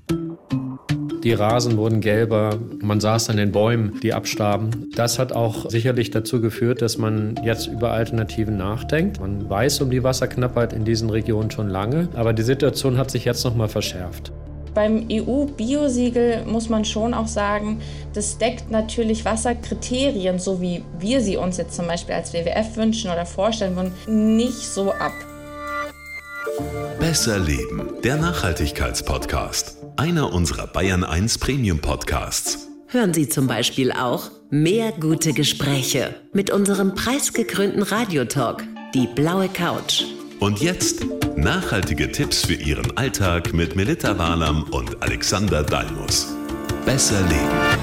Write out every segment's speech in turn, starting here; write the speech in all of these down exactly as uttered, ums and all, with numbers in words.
Die Rasen wurden gelber, man sah es an den Bäumen, die abstarben. Das hat auch sicherlich dazu geführt, dass man jetzt über Alternativen nachdenkt. Man weiß um die Wasserknappheit in diesen Regionen schon lange, aber die Situation hat sich jetzt noch mal verschärft. Beim E U-Biosiegel muss man schon auch sagen, das deckt natürlich Wasserkriterien, so wie wir sie uns jetzt zum Beispiel als W W F wünschen oder vorstellen würden, nicht so ab. Besser Leben, der Nachhaltigkeitspodcast. Einer unserer Bayern eins Premium-Podcasts. Hören Sie zum Beispiel auch mehr gute Gespräche mit unserem preisgekrönten Radiotalk, die blaue Couch. Und jetzt nachhaltige Tipps für Ihren Alltag mit Melitta Walam und Alexander Dalmus. Besser leben.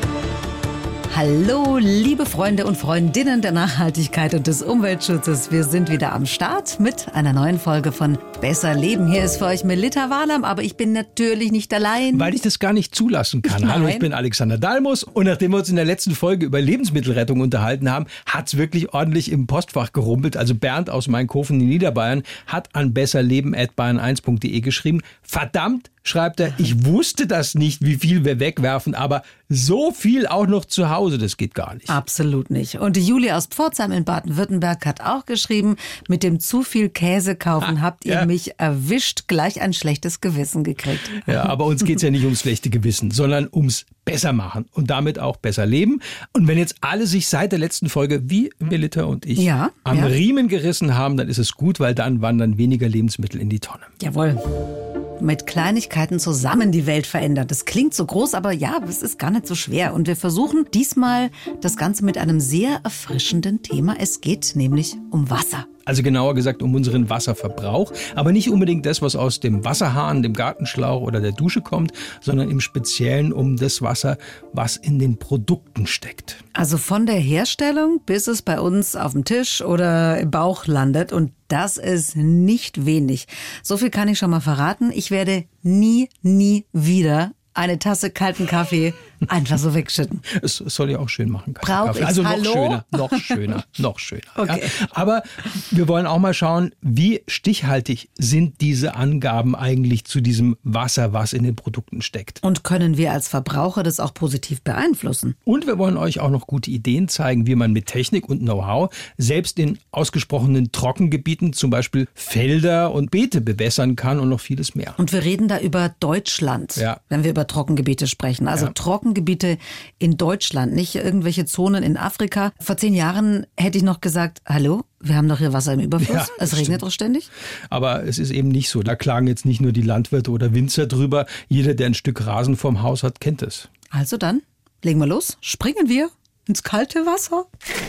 Hallo, liebe Freunde und Freundinnen der Nachhaltigkeit und des Umweltschutzes. Wir sind wieder am Start mit einer neuen Folge von Besser Leben. Hier ist für euch Melitta Walam, aber ich bin natürlich nicht allein. Weil ich das gar nicht zulassen kann. Nein. Hallo, ich bin Alexander Dalmus und nachdem wir uns in der letzten Folge über Lebensmittelrettung unterhalten haben, hat's wirklich ordentlich im Postfach gerumpelt. Also Bernd aus Mainkofen in Niederbayern hat an besserleben at bayern eins punkt de geschrieben, verdammt, schreibt er, ich wusste das nicht, wie viel wir wegwerfen, aber so viel auch noch zu Hause, das geht gar nicht. Absolut nicht. Und die Julia aus Pforzheim in Baden-Württemberg hat auch geschrieben, mit dem zu viel Käse kaufen Ah, habt ihr ja. mich erwischt, gleich ein schlechtes Gewissen gekriegt. Ja, aber uns geht's ja nicht ums schlechte Gewissen, sondern ums besser machen und damit auch besser leben. Und wenn jetzt alle sich seit der letzten Folge, wie Melitta und ich, Ja, am ja. Riemen gerissen haben, dann ist es gut, weil dann wandern weniger Lebensmittel in die Tonne. Jawohl. Mit Kleinigkeiten zusammen die Welt verändern. Das klingt so groß, aber ja, es ist gar nicht so schwer. Und wir versuchen diesmal das Ganze mit einem sehr erfrischenden Thema. Es geht nämlich um Wasser. Also genauer gesagt um unseren Wasserverbrauch, aber nicht unbedingt das, was aus dem Wasserhahn, dem Gartenschlauch oder der Dusche kommt, sondern im Speziellen um das Wasser, was in den Produkten steckt. Also von der Herstellung bis es bei uns auf dem Tisch oder im Bauch landet. Und das ist nicht wenig. So viel kann ich schon mal verraten. Ich werde nie, nie wieder eine Tasse kalten Kaffee einfach so wegschütten. Es soll ja auch schön machen. Brauch ich's? Also noch Hallo? schöner, noch schöner, noch schöner. Okay. Ja. Aber wir wollen auch mal schauen, wie stichhaltig sind diese Angaben eigentlich zu diesem Wasser, was in den Produkten steckt. Und können wir als Verbraucher das auch positiv beeinflussen? Und wir wollen euch auch noch gute Ideen zeigen, wie man mit Technik und Know-how selbst in ausgesprochenen Trockengebieten zum Beispiel Felder und Beete bewässern kann und noch vieles mehr. Und wir reden da über Deutschland, Ja. wenn wir über Trockengebiete sprechen. Also Ja. Trockengebiete in Deutschland, nicht irgendwelche Zonen in Afrika. Vor zehn Jahren hätte ich noch gesagt, hallo, wir haben doch hier Wasser im Überfluss. Ja, es regnet stimmt. doch ständig. Aber es ist eben nicht so. Da klagen jetzt nicht nur die Landwirte oder Winzer drüber. Jeder, der ein Stück Rasen vorm Haus hat, kennt es. Also dann, legen wir los. Springen wir ins kalte Wasser.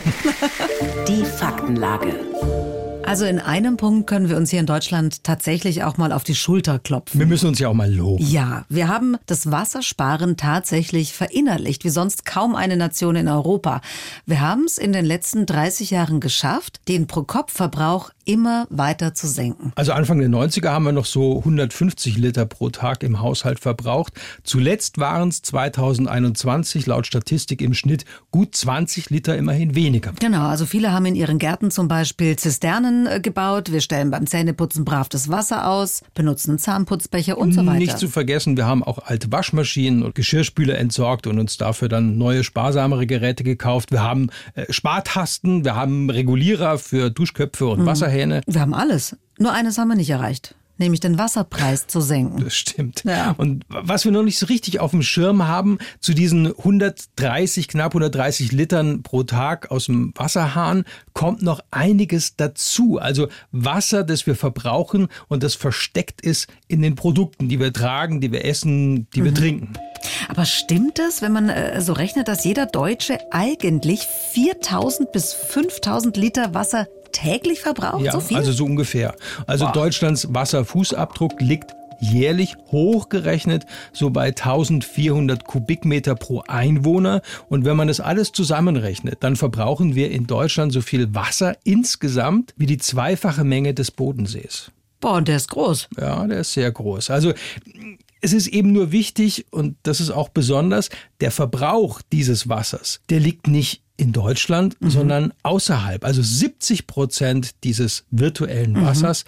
Die Faktenlage. Also in einem Punkt können wir uns hier in Deutschland tatsächlich auch mal auf die Schulter klopfen. Wir müssen uns ja auch mal loben. Ja, wir haben das Wassersparen tatsächlich verinnerlicht, wie sonst kaum eine Nation in Europa. Wir haben es in den letzten dreißig Jahren geschafft, den Pro-Kopf-Verbrauch immer weiter zu senken. Also Anfang der neunziger haben wir noch so hundertfünfzig Liter pro Tag im Haushalt verbraucht. Zuletzt waren es zweitausendeinundzwanzig laut Statistik im Schnitt gut zwanzig Liter immerhin weniger. Genau, also viele haben in ihren Gärten zum Beispiel Zisternen äh, gebaut. Wir stellen beim Zähneputzen brav das Wasser aus, benutzen Zahnputzbecher und so weiter. Nicht zu vergessen, wir haben auch alte Waschmaschinen und Geschirrspüler entsorgt und uns dafür dann neue, sparsamere Geräte gekauft. Wir haben äh, Spartasten, wir haben Regulierer für Duschköpfe und Mhm. Wasserhähne. Wir haben alles. Nur eines haben wir nicht erreicht, nämlich den Wasserpreis zu senken. Das stimmt. Ja. Und was wir noch nicht so richtig auf dem Schirm haben, zu diesen hundertdreißig, knapp hundertdreißig Litern pro Tag aus dem Wasserhahn kommt noch einiges dazu. Also Wasser, das wir verbrauchen und das versteckt ist in den Produkten, die wir tragen, die wir essen, die wir Mhm. trinken. Aber stimmt es, wenn man äh, so rechnet, dass jeder Deutsche eigentlich viertausend bis fünftausend Liter Wasser täglich verbraucht? Ja, So viel? also so ungefähr. Also Boah. Deutschlands Wasserfußabdruck liegt jährlich hochgerechnet so bei eintausendvierhundert Kubikmeter pro Einwohner. Und wenn man das alles zusammenrechnet, dann verbrauchen wir in Deutschland so viel Wasser insgesamt wie die zweifache Menge des Bodensees. Boah, und der ist groß. Ja, der ist sehr groß. Also es ist eben nur wichtig, und das ist auch besonders, der Verbrauch dieses Wassers, der liegt nicht in Deutschland, mhm. sondern außerhalb. Also siebzig Prozent dieses virtuellen Wassers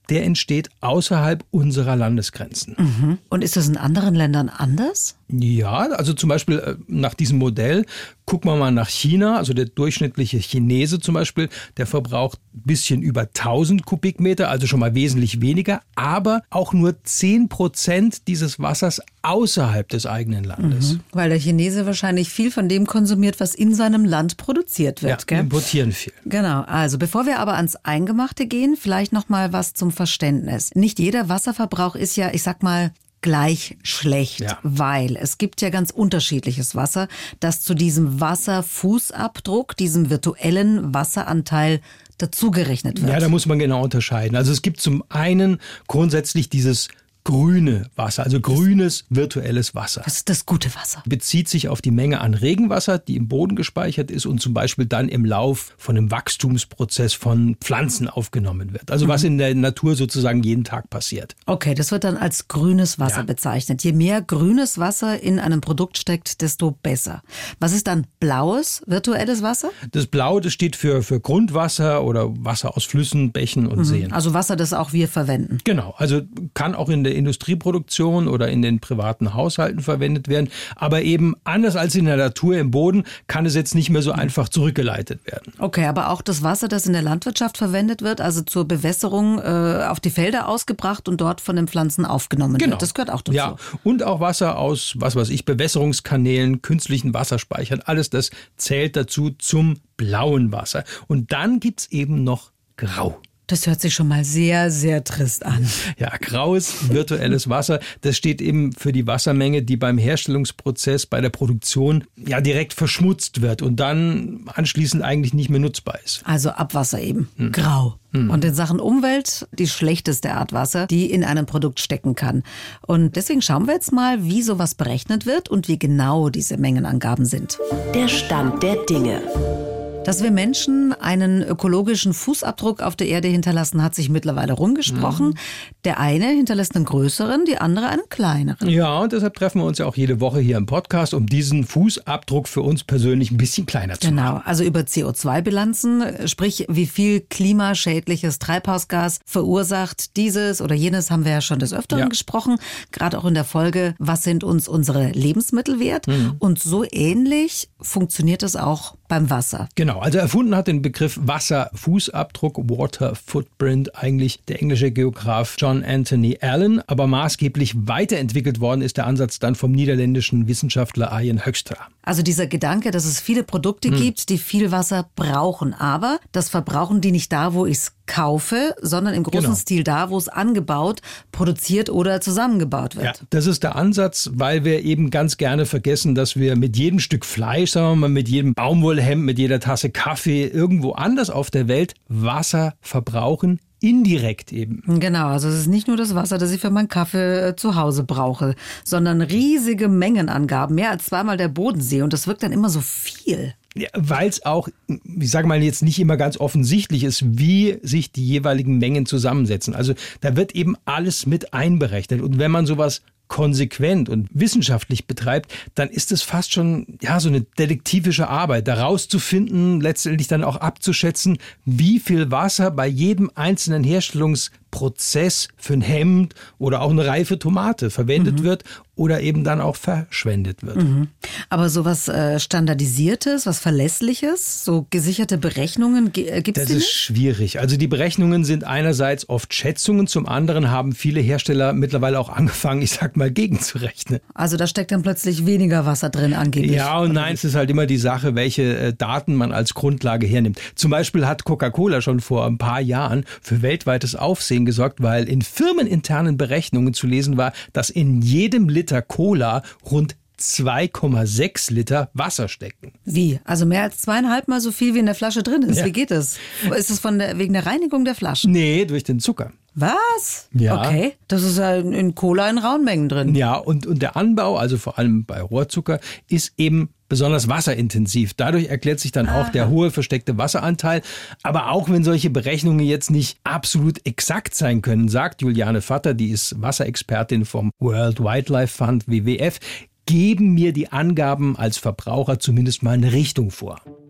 der entsteht außerhalb unserer Landesgrenzen. Mhm. Und ist das in anderen Ländern anders? Ja, also zum Beispiel nach diesem Modell gucken wir mal nach China. Also der durchschnittliche Chinese zum Beispiel, der verbraucht ein bisschen über tausend Kubikmeter, also schon mal wesentlich weniger, aber auch nur zehn Prozent dieses Wassers außerhalb des eigenen Landes. Mhm. Weil der Chinese wahrscheinlich viel von dem konsumiert, was in seinem Land produziert wird. Ja, gell? importieren viel. Genau, also bevor wir aber ans Eingemachte gehen, vielleicht noch mal was zum Verständnis. Nicht jeder Wasserverbrauch ist ja, ich sag mal, gleich schlecht, ja. weil es gibt ja ganz unterschiedliches Wasser, das zu diesem Wasserfußabdruck, diesem virtuellen Wasseranteil dazugerechnet wird. Ja, da muss man genau unterscheiden. Also es gibt zum einen grundsätzlich dieses grüne Wasser, also grünes virtuelles Wasser. Das ist das gute Wasser. Bezieht sich auf die Menge an Regenwasser, die im Boden gespeichert ist und zum Beispiel dann im Lauf von einem Wachstumsprozess von Pflanzen aufgenommen wird. Also mhm. was in der Natur sozusagen jeden Tag passiert. Okay, das wird dann als grünes Wasser ja. bezeichnet. Je mehr grünes Wasser in einem Produkt steckt, desto besser. Was ist dann blaues virtuelles Wasser? Das Blau, das steht für, für Grundwasser oder Wasser aus Flüssen, Bächen und mhm. Seen. Also Wasser, das auch wir verwenden. Genau, also kann auch in der Industrieproduktion oder in den privaten Haushalten verwendet werden. Aber eben anders als in der Natur im Boden kann es jetzt nicht mehr so einfach zurückgeleitet werden. Okay, aber auch das Wasser, das in der Landwirtschaft verwendet wird, also zur Bewässerung äh, auf die Felder ausgebracht und dort von den Pflanzen aufgenommen genau. wird. Das gehört auch dazu. Ja, und auch Wasser aus, was weiß ich, Bewässerungskanälen, künstlichen Wasserspeichern. Alles das zählt dazu zum blauen Wasser. Und dann gibt's eben noch Grau. Das hört sich schon mal sehr, sehr trist an. Ja, graues virtuelles Wasser, das steht eben für die Wassermenge, die beim Herstellungsprozess, bei der Produktion ja direkt verschmutzt wird und dann anschließend eigentlich nicht mehr nutzbar ist. Also Abwasser eben, hm. grau. Hm. Und in Sachen Umwelt die schlechteste Art Wasser, die in einem Produkt stecken kann. Und deswegen schauen wir jetzt mal, wie sowas berechnet wird und wie genau diese Mengenangaben sind. Der Stand der Dinge. Dass wir Menschen einen ökologischen Fußabdruck auf der Erde hinterlassen, hat sich mittlerweile rumgesprochen. Mhm. Der eine hinterlässt einen größeren, die andere einen kleineren. Ja, und deshalb treffen wir uns ja auch jede Woche hier im Podcast, um diesen Fußabdruck für uns persönlich ein bisschen kleiner zu machen. Genau, also über C O zwei Bilanzen, sprich wie viel klimaschädliches Treibhausgas verursacht dieses oder jenes, haben wir ja schon des Öfteren ja. gesprochen. Gerade auch in der Folge, was sind uns unsere Lebensmittel wert? Mhm. Und so ähnlich funktioniert es auch beim Wasser. Genau, also erfunden hat den Begriff Wasserfußabdruck, Water Footprint, eigentlich der englische Geograf John Anthony Allen. Aber maßgeblich weiterentwickelt worden ist der Ansatz dann vom niederländischen Wissenschaftler Arjen Hoekstra. Also dieser Gedanke, dass es viele Produkte hm. gibt, die viel Wasser brauchen. Aber das verbrauchen die nicht da, wo ich es kaufe, sondern im großen genau. Stil da, wo es angebaut, produziert oder zusammengebaut wird. Ja, das ist der Ansatz, weil wir eben ganz gerne vergessen, dass wir mit jedem Stück Fleisch, sagen wir mal, mit jedem Baumwollhemd, mit jeder Tasse Kaffee irgendwo anders auf der Welt Wasser verbrauchen. Indirekt eben. Genau, also es ist nicht nur das Wasser, das ich für meinen Kaffee zu Hause brauche, sondern riesige Mengenangaben, mehr als zweimal der Bodensee und das wirkt dann immer so viel. Ja, weil es auch, ich sage mal jetzt nicht immer ganz offensichtlich ist, wie sich die jeweiligen Mengen zusammensetzen. Also da wird eben alles mit einberechnet und wenn man sowas konsequent und wissenschaftlich betreibt, dann ist es fast schon ja so eine detektivische Arbeit, da rauszufinden, letztendlich dann auch abzuschätzen, wie viel Wasser bei jedem einzelnen Herstellungsprozess für ein Hemd oder auch eine reife Tomate verwendet mhm. wird oder eben dann auch verschwendet wird. Mhm. Aber sowas äh, Standardisiertes, was Verlässliches, so gesicherte Berechnungen, äh, gibt es Das ist nicht? Schwierig. Also die Berechnungen sind einerseits oft Schätzungen, zum anderen haben viele Hersteller mittlerweile auch angefangen, ich sag mal, gegenzurechnen. Also da steckt dann plötzlich weniger Wasser drin angeblich. Ja und nein, es ist halt immer die Sache, welche äh, Daten man als Grundlage hernimmt. Zum Beispiel hat Coca-Cola schon vor ein paar Jahren für weltweites Aufsehen gesorgt, weil in firmeninternen Berechnungen zu lesen war, dass in jedem Liter Cola rund zwei Komma sechs Liter Wasser stecken. Wie? Also mehr als zweieinhalb Mal so viel, wie in der Flasche drin ist. Ja. Wie geht das? Ist es von der, wegen der Reinigung der Flaschen? Nee, durch den Zucker. Was? Ja. Okay. Das ist ja in Cola in rauen Mengen drin. Ja, und, und der Anbau, also vor allem bei Rohrzucker, ist eben besonders wasserintensiv. Dadurch erklärt sich dann Aha. auch der hohe versteckte Wasseranteil. Aber auch wenn solche Berechnungen jetzt nicht absolut exakt sein können, sagt Juliane Vatter, die ist Wasserexpertin vom World Wildlife Fund W W F, geben mir die Angaben als Verbraucher zumindest mal eine Richtung vor.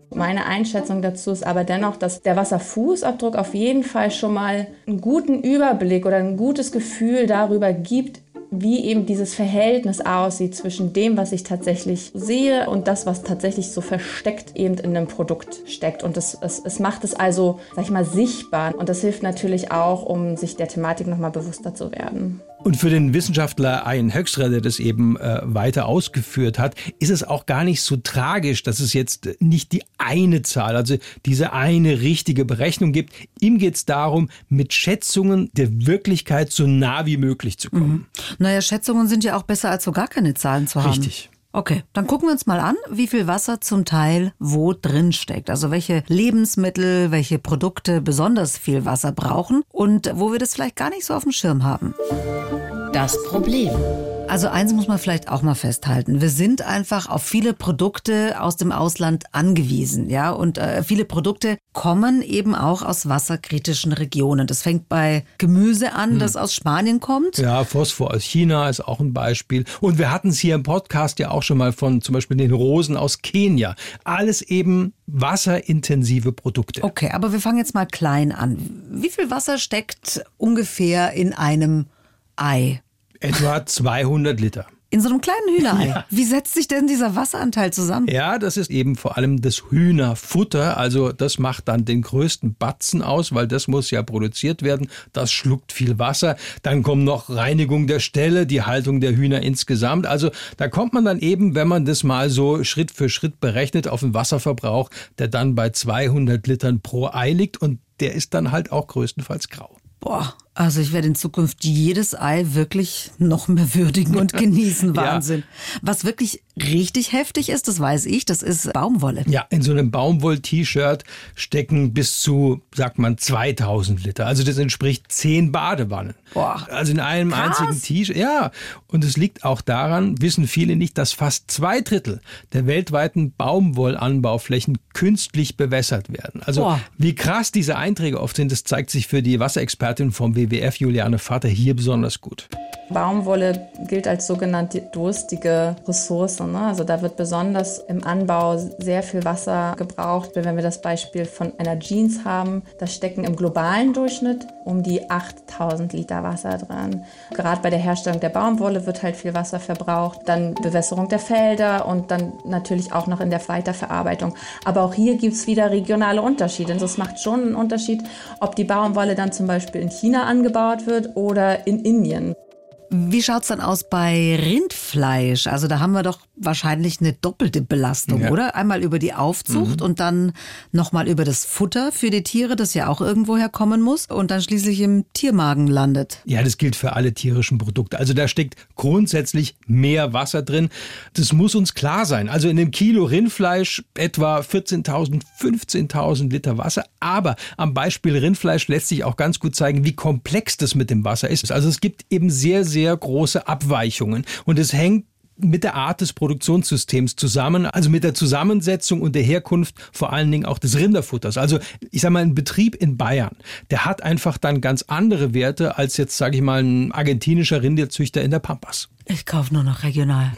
Meine Einschätzung dazu ist aber dennoch, dass der Wasserfußabdruck auf jeden Fall schon mal einen guten Überblick oder ein gutes Gefühl darüber gibt, wie eben dieses Verhältnis aussieht zwischen dem, was ich tatsächlich sehe und das, was tatsächlich so versteckt eben in einem Produkt steckt. Und es, es, es macht es also, sag ich mal, sichtbar. Und das hilft natürlich auch, um sich der Thematik nochmal bewusster zu werden. Und für den Wissenschaftler Ian Hoekstra, der das eben äh, weiter ausgeführt hat, ist es auch gar nicht so tragisch, dass es jetzt nicht die eine Zahl, also diese eine richtige Berechnung gibt. Ihm geht es darum, mit Schätzungen der Wirklichkeit so nah wie möglich zu kommen. Mhm. Naja, Schätzungen sind ja auch besser, als so gar keine Zahlen zu haben. Richtig. Okay, dann gucken wir uns mal an, wie viel Wasser zum Teil wo drin steckt. Also welche Lebensmittel, welche Produkte besonders viel Wasser brauchen und wo wir das vielleicht gar nicht so auf dem Schirm haben. Das Problem. Also eins muss man vielleicht auch mal festhalten. Wir sind einfach auf viele Produkte aus dem Ausland angewiesen, ja. Und äh, viele Produkte kommen eben auch aus wasserkritischen Regionen. Das fängt bei Gemüse an, hm. das aus Spanien kommt. Ja, Phosphor aus China ist auch ein Beispiel. Und wir hatten es hier im Podcast ja auch schon mal von zum Beispiel den Rosen aus Kenia. Alles eben wasserintensive Produkte. Okay, aber wir fangen jetzt mal klein an. Wie viel Wasser steckt ungefähr in einem Ei? Etwa zweihundert Liter. In so einem kleinen Hühnerei. Ja. Wie setzt sich denn dieser Wasseranteil zusammen? Ja, das ist eben vor allem das Hühnerfutter. Also das macht dann den größten Batzen aus, weil das muss ja produziert werden. Das schluckt viel Wasser. Dann kommt noch Reinigung der Ställe, die Haltung der Hühner insgesamt. Also da kommt man dann eben, wenn man das mal so Schritt für Schritt berechnet, auf den Wasserverbrauch, der dann bei zweihundert Litern pro Ei liegt. Und der ist dann halt auch größtenteils grau. Boah, also ich werde in Zukunft jedes Ei wirklich noch mehr würdigen und genießen. Wahnsinn. Ja. Was wirklich richtig heftig ist, das weiß ich, das ist Baumwolle. Ja, in so einem Baumwoll-T-Shirt stecken bis zu, sagt man, zweitausend Liter. Also das entspricht zehn Badewannen. Boah, also in einem krass. einzigen T-Shirt. Ja, und es liegt auch daran, wissen viele nicht, dass fast zwei Drittel der weltweiten Baumwollanbauflächen künstlich bewässert werden. Also Boah. Wie krass diese Einträge oft sind, das zeigt sich für die Wasserexpertin vom W W F, Juliane Vater, hier besonders gut. Baumwolle gilt als sogenannte durstige Ressource. Ne? Also da wird besonders im Anbau sehr viel Wasser gebraucht. Wenn wir das Beispiel von einer Jeans haben, da stecken im globalen Durchschnitt um die achttausend Liter Wasser dran. Gerade bei der Herstellung der Baumwolle wird halt viel Wasser verbraucht. Dann Bewässerung der Felder und dann natürlich auch noch in der Weiterverarbeitung. Aber auch hier gibt es wieder regionale Unterschiede. Also es macht schon einen Unterschied, ob die Baumwolle dann zum Beispiel in China angebaut wird oder in Indien. Wie schaut's dann aus bei Rindfleisch? Also da haben wir doch wahrscheinlich eine doppelte Belastung, ja. oder? Einmal über die Aufzucht mhm. und dann nochmal über das Futter für die Tiere, das ja auch irgendwoher kommen muss und dann schließlich im Tiermagen landet. Ja, das gilt für alle tierischen Produkte. Also da steckt grundsätzlich mehr Wasser drin. Das muss uns klar sein. Also in einem Kilo Rindfleisch etwa vierzehntausend, fünfzehntausend Liter Wasser. Aber am Beispiel Rindfleisch lässt sich auch ganz gut zeigen, wie komplex das mit dem Wasser ist. Also es gibt eben sehr, sehr sehr große Abweichungen. Und es hängt mit der Art des Produktionssystems zusammen, also mit der Zusammensetzung und der Herkunft vor allen Dingen auch des Rinderfutters. Also ich sage mal, ein Betrieb in Bayern, der hat einfach dann ganz andere Werte als jetzt, sage ich mal, ein argentinischer Rinderzüchter in der Pampas. Ich kaufe nur noch regional.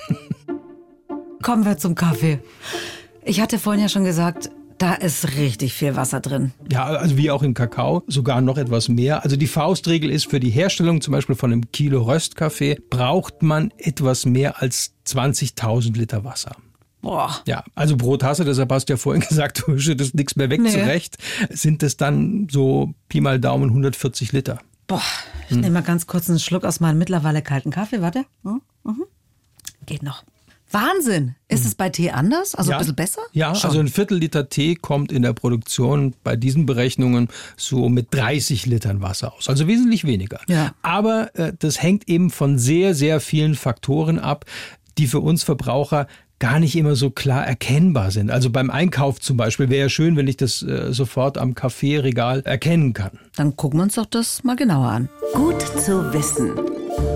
Kommen wir zum Kaffee. Ich hatte vorhin ja schon gesagt, da ist richtig viel Wasser drin. Ja, also wie auch im Kakao, sogar noch etwas mehr. Also die Faustregel ist, für die Herstellung zum Beispiel von einem Kilo Röstkaffee braucht man etwas mehr als zwanzigtausend Liter Wasser. Boah. Ja, also pro Tasse, deshalb hast du ja vorhin gesagt, du schüttest nichts mehr weg, nee. zurecht, sind das dann so Pi mal Daumen hundertvierzig Liter. Boah, ich hm. nehme mal ganz kurz einen Schluck aus meinem mittlerweile kalten Kaffee, warte. Mhm. Mhm. Geht noch. Wahnsinn! Ist es bei Tee anders? Also ja, ein bisschen besser? Ja, Schon. Also ein Viertel Liter Tee kommt in der Produktion bei diesen Berechnungen so mit dreißig Litern Wasser aus. Also wesentlich weniger. Ja. Aber äh, das hängt eben von sehr, sehr vielen Faktoren ab, die für uns Verbraucher gar nicht immer so klar erkennbar sind. Also beim Einkauf zum Beispiel wäre ja schön, wenn ich das äh, sofort am Kaffeeregal erkennen kann. Dann gucken wir uns doch das mal genauer an. Gut zu wissen.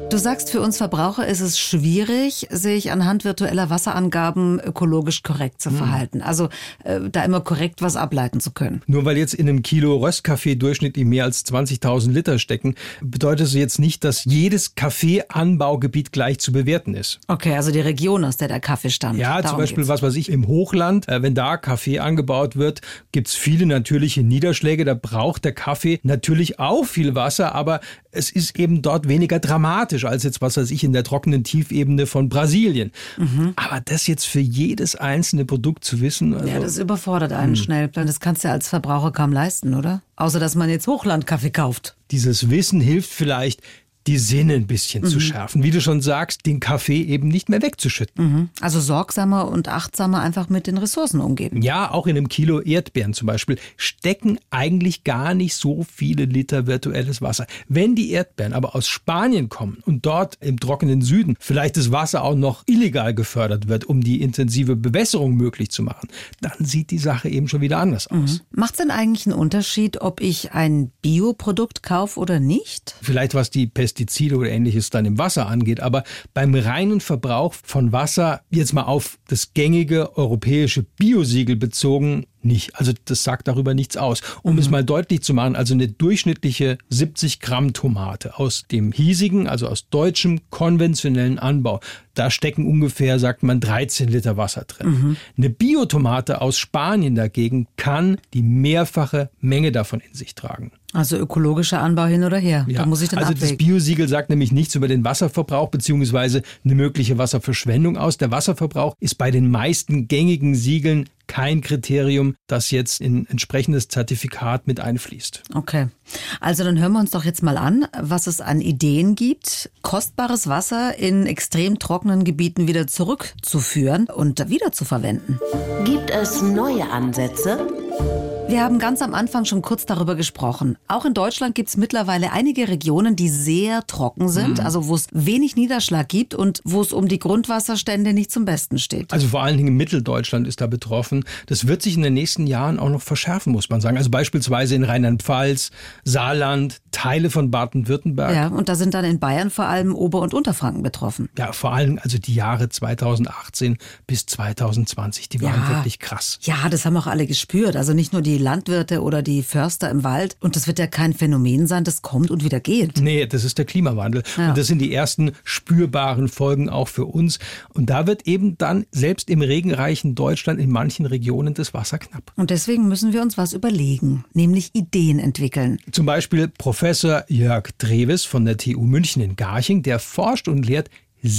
Du sagst, für uns Verbraucher ist es schwierig, sich anhand virtueller Wasserangaben ökologisch korrekt zu verhalten. Also äh, da immer korrekt was ableiten zu können. Nur weil jetzt in einem Kilo Röstkaffee durchschnittlich mehr als zwanzigtausend Liter stecken, bedeutet es jetzt nicht, dass jedes Kaffeeanbaugebiet gleich zu bewerten ist. Okay, also die Region, aus der der Kaffee stammt. Ja, Darum zum Beispiel, geht's. was weiß ich, im Hochland, äh, wenn da Kaffee angebaut wird, gibt's viele natürliche Niederschläge. Da braucht der Kaffee natürlich auch viel Wasser, aber es ist eben dort weniger dramatisch als jetzt, was weiß ich, in der trockenen Tiefebene von Brasilien. Mhm. Aber das jetzt für jedes einzelne Produkt zu wissen. Also ja, das überfordert einen mh. schnell. Das kannst du ja als Verbraucher kaum leisten, oder? Außer, dass man jetzt Hochlandkaffee kauft. Dieses Wissen hilft vielleicht, die Sinne ein bisschen mhm. zu schärfen. Wie du schon sagst, den Kaffee eben nicht mehr wegzuschütten. Mhm. Also sorgsamer und achtsamer einfach mit den Ressourcen umgehen. Ja, auch in einem Kilo Erdbeeren zum Beispiel stecken eigentlich gar nicht so viele Liter virtuelles Wasser. Wenn die Erdbeeren aber aus Spanien kommen und dort im trockenen Süden vielleicht das Wasser auch noch illegal gefördert wird, um die intensive Bewässerung möglich zu machen, dann sieht die Sache eben schon wieder anders aus. Mhm. Macht es denn eigentlich einen Unterschied, ob ich ein Bioprodukt kaufe oder nicht? Vielleicht was die Pestizide Pestizide oder Ähnliches dann im Wasser angeht. Aber beim reinen Verbrauch von Wasser, jetzt mal auf das gängige europäische Biosiegel bezogen, nicht. Also das sagt darüber nichts aus. Um mhm. es mal deutlich zu machen, also eine durchschnittliche siebzig Gramm Tomate aus dem hiesigen, also aus deutschem konventionellen Anbau, da stecken ungefähr, sagt man, dreizehn Liter Wasser drin. Mhm. Eine Biotomate aus Spanien dagegen kann die mehrfache Menge davon in sich tragen. Also ökologischer Anbau hin oder her. Ja. Da muss ich dann also abwägen. Das Biosiegel sagt nämlich nichts über den Wasserverbrauch bzw. eine mögliche Wasserverschwendung aus. Der Wasserverbrauch ist bei den meisten gängigen Siegeln kein Kriterium, das jetzt in entsprechendes Zertifikat mit einfließt. Okay, also dann hören wir uns doch jetzt mal an, was es an Ideen gibt, kostbares Wasser in extrem trockenen Gebieten wieder zurückzuführen und wieder zu verwenden. Gibt es neue Ansätze? Wir haben ganz am Anfang schon kurz darüber gesprochen. Auch in Deutschland gibt es mittlerweile einige Regionen, die sehr trocken sind, mhm. also wo es wenig Niederschlag gibt und wo es um die Grundwasserstände nicht zum Besten steht. Also vor allen Dingen Mitteldeutschland ist da betroffen. Das wird sich in den nächsten Jahren auch noch verschärfen, muss man sagen. Also beispielsweise in Rheinland-Pfalz, Saarland, Teile von Baden-Württemberg. Ja, und da sind dann in Bayern vor allem Ober- und Unterfranken betroffen. Ja, vor allem also die Jahre zweitausendachtzehn bis zweitausendzwanzig, die waren ja. wirklich krass. Ja, das haben auch alle gespürt. Also nicht nur die Landwirte oder die Förster im Wald. Und das wird ja kein Phänomen sein, das kommt und wieder geht. Nee, das ist der Klimawandel. Ja. Und das sind die ersten spürbaren Folgen auch für uns. Und da wird eben dann selbst im regenreichen Deutschland in manchen Regionen das Wasser knapp. Und deswegen müssen wir uns was überlegen, nämlich Ideen entwickeln. Zum Beispiel Professor Jörg Dreves von der T U München in Garching, der forscht und lehrt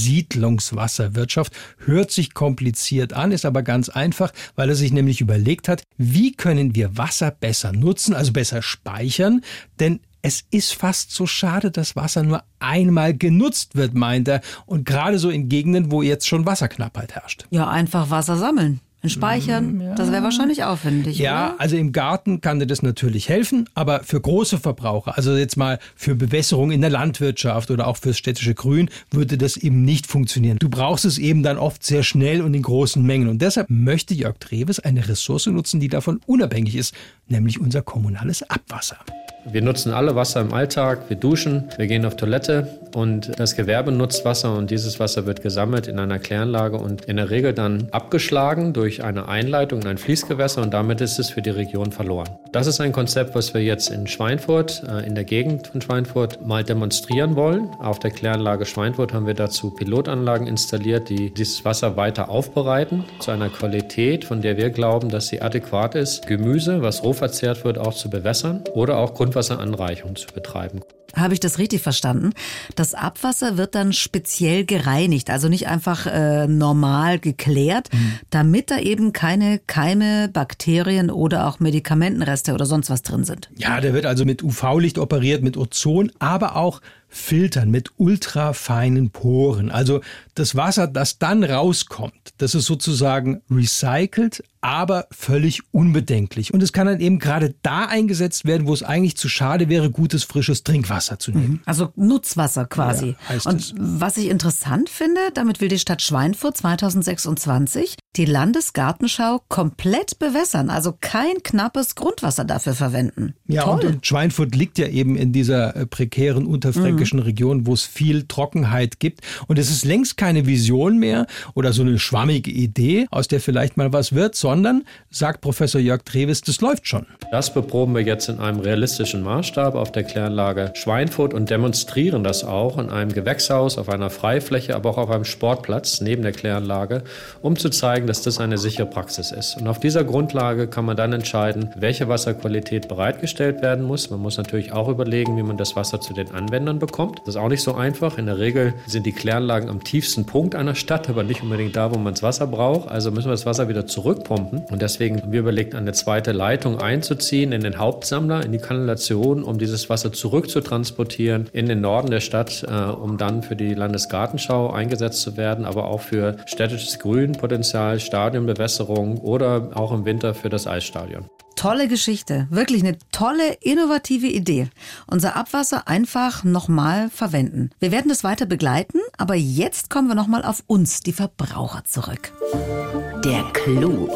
Siedlungswasserwirtschaft. Hört sich kompliziert an, ist aber ganz einfach, weil er sich nämlich überlegt hat, wie können wir Wasser besser nutzen, also besser speichern, denn es ist fast so schade, dass Wasser nur einmal genutzt wird, meint er, und gerade so in Gegenden, wo jetzt schon Wasserknappheit herrscht. Ja, einfach Wasser sammeln. Speichern, ja. Das wäre wahrscheinlich aufwendig, Ja, oder? Also im Garten kann dir das natürlich helfen, aber für große Verbraucher, also jetzt mal für Bewässerung in der Landwirtschaft oder auch fürs städtische Grün, würde das eben nicht funktionieren. Du brauchst es eben dann oft sehr schnell und in großen Mengen. Und deshalb möchte Jörg Dreves eine Ressource nutzen, die davon unabhängig ist, nämlich unser kommunales Abwasser. Wir nutzen alle Wasser im Alltag, wir duschen, wir gehen auf Toilette und das Gewerbe nutzt Wasser und dieses Wasser wird gesammelt in einer Kläranlage und in der Regel dann abgeschlagen durch eine Einleitung in ein Fließgewässer und damit ist es für die Region verloren. Das ist ein Konzept, was wir jetzt in Schweinfurt, in der Gegend von Schweinfurt, mal demonstrieren wollen. Auf der Kläranlage Schweinfurt haben wir dazu Pilotanlagen installiert, die dieses Wasser weiter aufbereiten zu einer Qualität, von der wir glauben, dass sie adäquat ist, Gemüse, was roh verzehrt wird, auch zu bewässern oder auch Grundwasseranreichung zu betreiben. Habe ich das richtig verstanden? Das Abwasser wird dann speziell gereinigt, also nicht einfach äh, normal geklärt, mhm. damit da eben keine Keime, Bakterien oder auch Medikamentenreste oder sonst was drin sind. Ja, der wird also mit U V-Licht operiert, mit Ozon, aber auch Filtern mit ultrafeinen Poren. Also das Wasser, das dann rauskommt, das ist sozusagen recycelt, aber völlig unbedenklich. Und es kann dann eben gerade da eingesetzt werden, wo es eigentlich zu schade wäre, gutes, frisches Trinkwasser zu nehmen. Also Nutzwasser quasi. Ja, heißt Und es. was ich interessant finde, damit will die Stadt Schweinfurt zweitausendsechsundzwanzig die Landesgartenschau komplett bewässern, also kein knappes Grundwasser dafür verwenden. Ja, Toll. Und, und Schweinfurt liegt ja eben in dieser äh, prekären unterfränkischen mhm. Region, wo es viel Trockenheit gibt. Und es ist längst keine Vision mehr oder so eine schwammige Idee, aus der vielleicht mal was wird, sondern, sagt Professor Jörg Treves, das läuft schon. Das beproben wir jetzt in einem realistischen Maßstab auf der Kläranlage Schweinfurt und demonstrieren das auch in einem Gewächshaus, auf einer Freifläche, aber auch auf einem Sportplatz neben der Kläranlage, um zu zeigen, dass das eine sichere Praxis ist. Und auf dieser Grundlage kann man dann entscheiden, welche Wasserqualität bereitgestellt werden muss. Man muss natürlich auch überlegen, wie man das Wasser zu den Anwendern bekommt. Das ist auch nicht so einfach. In der Regel sind die Kläranlagen am tiefsten Punkt einer Stadt, aber nicht unbedingt da, wo man das Wasser braucht. Also müssen wir das Wasser wieder zurückpumpen. Und deswegen haben wir überlegt, eine zweite Leitung einzuziehen in den Hauptsammler, in die Kanalisation, um dieses Wasser zurück zu transportieren in den Norden der Stadt, äh, um dann für die Landesgartenschau eingesetzt zu werden, aber auch für städtisches Grünpotenzial, Stadionbewässerung oder auch im Winter für das Eisstadion. Tolle Geschichte, wirklich eine tolle, innovative Idee. Unser Abwasser einfach nochmal verwenden. Wir werden das weiter begleiten, aber jetzt kommen wir nochmal auf uns, die Verbraucher, zurück. Der Clou.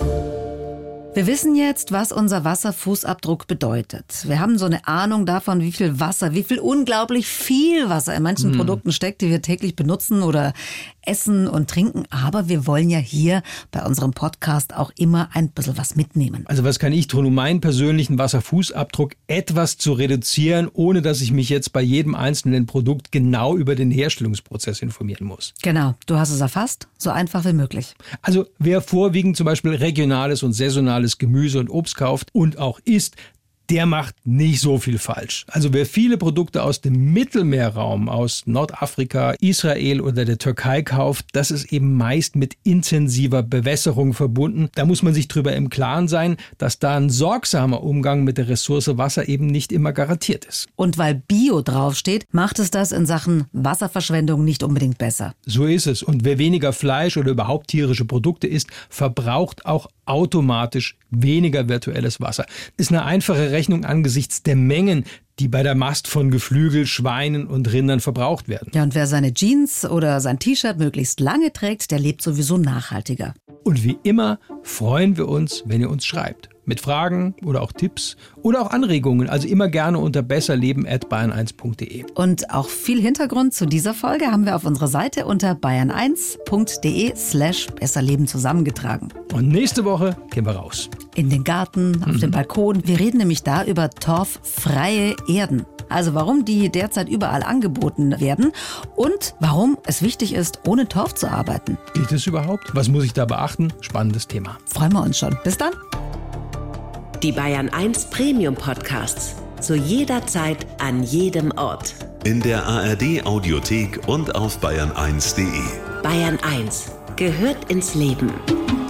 Wir wissen jetzt, was unser Wasserfußabdruck bedeutet. Wir haben so eine Ahnung davon, wie viel Wasser, wie viel unglaublich viel Wasser in manchen mm. Produkten steckt, die wir täglich benutzen oder essen und trinken. Aber wir wollen ja hier bei unserem Podcast auch immer ein bisschen was mitnehmen. Also was kann ich tun, um meinen persönlichen Wasserfußabdruck etwas zu reduzieren, ohne dass ich mich jetzt bei jedem einzelnen Produkt genau über den Herstellungsprozess informieren muss? Genau, du hast es erfasst, so einfach wie möglich. Also wer vorwiegend zum Beispiel regionales und saisonales Gemüse und Obst kauft und auch isst, der macht nicht so viel falsch. Also wer viele Produkte aus dem Mittelmeerraum, aus Nordafrika, Israel oder der Türkei kauft, das ist eben meist mit intensiver Bewässerung verbunden. Da muss man sich drüber im Klaren sein, dass da ein sorgsamer Umgang mit der Ressource Wasser eben nicht immer garantiert ist. Und weil Bio draufsteht, macht es das in Sachen Wasserverschwendung nicht unbedingt besser. So ist es. Und wer weniger Fleisch oder überhaupt tierische Produkte isst, verbraucht auch automatisch weniger virtuelles Wasser. Ist eine einfache Rechnung angesichts der Mengen, die bei der Mast von Geflügel, Schweinen und Rindern verbraucht werden. Ja, und wer seine Jeans oder sein T-Shirt möglichst lange trägt, der lebt sowieso nachhaltiger. Und wie immer freuen wir uns, wenn ihr uns schreibt. Mit Fragen oder auch Tipps oder auch Anregungen. Also immer gerne unter besserleben at bayern eins punkt de. Und auch viel Hintergrund zu dieser Folge haben wir auf unserer Seite unter bayern eins punkt de slash besserleben zusammengetragen. Und nächste Woche gehen wir raus. In den Garten, auf mhm. den Balkon. Wir reden nämlich da über torffreie Erden. Also warum die derzeit überall angeboten werden und warum es wichtig ist, ohne Torf zu arbeiten. Geht es überhaupt? Was muss ich da beachten? Spannendes Thema. Freuen wir uns schon. Bis dann. Die Bayern eins Premium Podcasts. Zu jeder Zeit, an jedem Ort. In der A R D Audiothek und auf bayern eins punkt de. Bayern eins gehört ins Leben.